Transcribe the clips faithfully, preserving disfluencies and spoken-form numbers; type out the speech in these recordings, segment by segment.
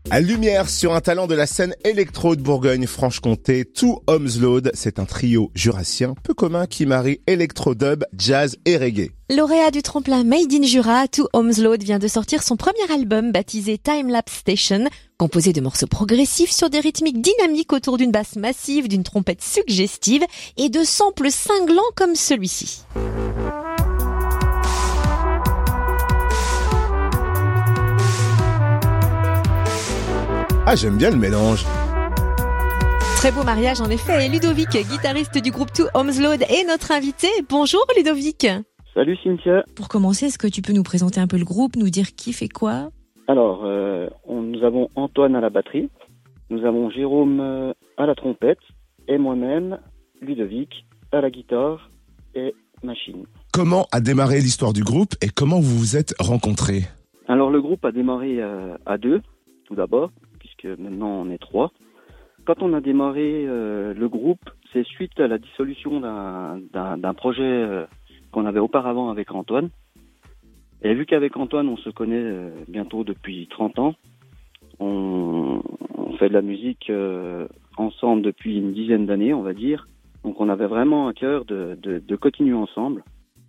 À lumière sur un talent de la scène électro de Bourgogne-Franche-Comté, Two Homes Load, c'est un trio jurassien peu commun qui marie électro-dub, jazz et reggae. Lauréat du tremplin Made in Jura, Two Homes Load vient de sortir son premier album baptisé Time Lapse Station, composé de morceaux progressifs sur des rythmiques dynamiques autour d'une basse massive, d'une trompette suggestive et de samples cinglants comme celui-ci. Ah, j'aime bien le mélange. Très beau mariage en effet. Et Ludovic, guitariste du groupe Two Homes Load, est notre invité. Bonjour Ludovic. Salut Cynthia. Pour commencer, est-ce que tu peux nous présenter un peu le groupe, nous dire qui fait quoi ? Alors, euh, on, nous avons Antoine à la batterie, nous avons Jérôme euh, à la trompette, et moi-même, Ludovic, à la guitare et machine. Comment a démarré l'histoire du groupe et comment vous vous êtes rencontrés ? Alors, le groupe a démarré euh, à deux, tout d'abord, puisque maintenant on est trois. Quand on a démarré euh, le groupe, c'est suite à la dissolution d'un, d'un, d'un projet euh, qu'on avait auparavant avec Antoine. Et vu qu'avec Antoine, on se connaît euh, bientôt depuis trente ans, on, on fait de la musique euh, ensemble depuis une dizaine d'années, on va dire. Donc on avait vraiment à cœur de, de, de continuer ensemble.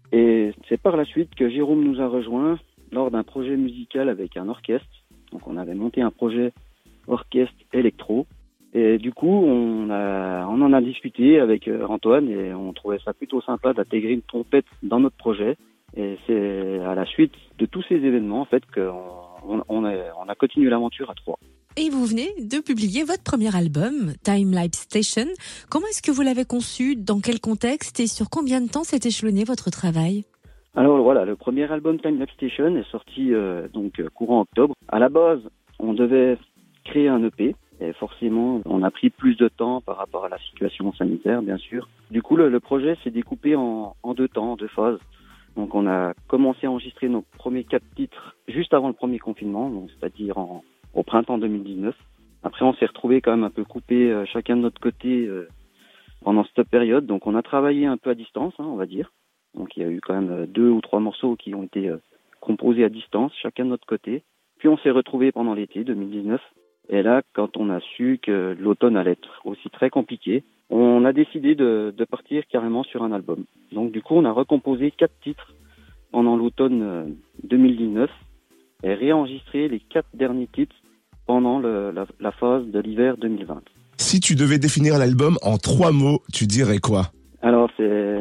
Et c'est par la suite que Jérôme nous a rejoints lors d'un projet musical avec un orchestre. Donc on avait monté un projet orchestre électro. Et du coup, on, a, on en a discuté avec Antoine et on trouvait ça plutôt sympa d'intégrer une trompette dans notre projet. Et c'est à la suite de tous ces événements en fait qu'on on a, on a continué l'aventure à trois. Et vous venez de publier votre premier album, Time Lapse Station. Comment est-ce que vous l'avez conçu ? Dans quel contexte ? Et sur combien de temps s'est échelonné votre travail ? Alors voilà, le premier album Time Lapse Station est sorti euh, donc courant octobre. À la base, on devait créer un E P. Et forcément, on a pris plus de temps par rapport à la situation sanitaire, bien sûr. Du coup, le, le projet s'est découpé en, en deux temps, en deux phases. Donc, on a commencé à enregistrer nos premiers quatre titres juste avant le premier confinement, donc c'est-à-dire en, au printemps deux mille dix-neuf. Après, on s'est retrouvés quand même un peu coupés euh, chacun de notre côté euh, pendant cette période. Donc, on a travaillé un peu à distance, hein, on va dire. Donc, il y a eu quand même deux ou trois morceaux qui ont été euh, composés à distance, chacun de notre côté. Puis, on s'est retrouvés pendant l'été deux mille dix-neuf. Et là, quand on a su que l'automne allait être aussi très compliqué, on a décidé de, de partir carrément sur un album. Donc du coup, on a recomposé quatre titres pendant l'automne deux mille dix-neuf et réenregistré les quatre derniers titres pendant le, la, la phase de l'hiver deux mille vingt. Si tu devais définir l'album en trois mots, tu dirais quoi ? Alors c'est,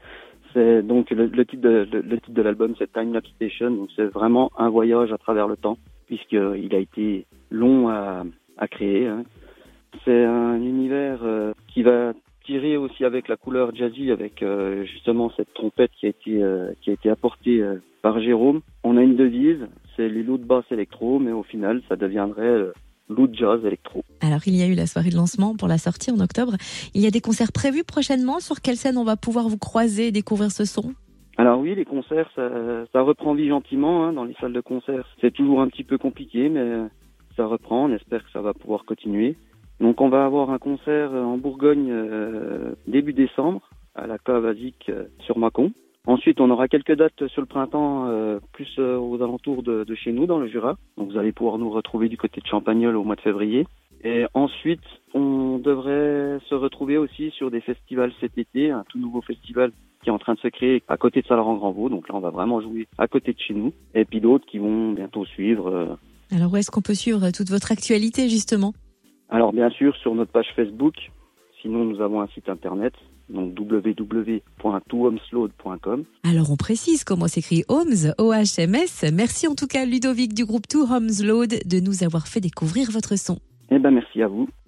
c'est donc le, le titre de le, le titre de l'album, c'est Time Lapse Station. Donc c'est vraiment un voyage à travers le temps, puisqu'il a été long à, à créer. Hein. C'est un univers euh, qui va tirer aussi avec la couleur jazzy, avec euh, justement cette trompette qui a été euh, qui a été apportée euh, par Jérôme. On a une devise, c'est les loups de basse électro, mais au final, ça deviendrait euh, loups de jazz électro. Alors, il y a eu la soirée de lancement pour la sortie en octobre. Il y a des concerts prévus prochainement. Sur quelle scène on va pouvoir vous croiser et découvrir ce son ? Alors oui, les concerts, ça, ça reprend vie gentiment hein, dans les salles de concert. C'est toujours un petit peu compliqué, mais ça reprend. On espère que ça va pouvoir continuer. Donc on va avoir un concert en Bourgogne euh, début décembre à la cave Azic euh, sur Mâcon. Ensuite, on aura quelques dates sur le printemps, euh, plus euh, aux alentours de, de chez nous, dans le Jura. Donc vous allez pouvoir nous retrouver du côté de Champagnole au mois de février. Et ensuite, on devrait se retrouver aussi sur des festivals cet été, un tout nouveau festival qui est en train de se créer à côté de Salaran-Grandvaux. Donc là, on va vraiment jouer à côté de chez nous. Et puis d'autres qui vont bientôt suivre. Euh. Alors où est-ce qu'on peut suivre toute votre actualité, justement ? Alors bien sûr, sur notre page Facebook. Sinon, nous avons un site internet, donc w w w point two homes load point com. Alors on précise comment s'écrit Homes, O H M S. Merci en tout cas Ludovic du groupe Two Homes Load de nous avoir fait découvrir votre son. Eh ben merci à vous.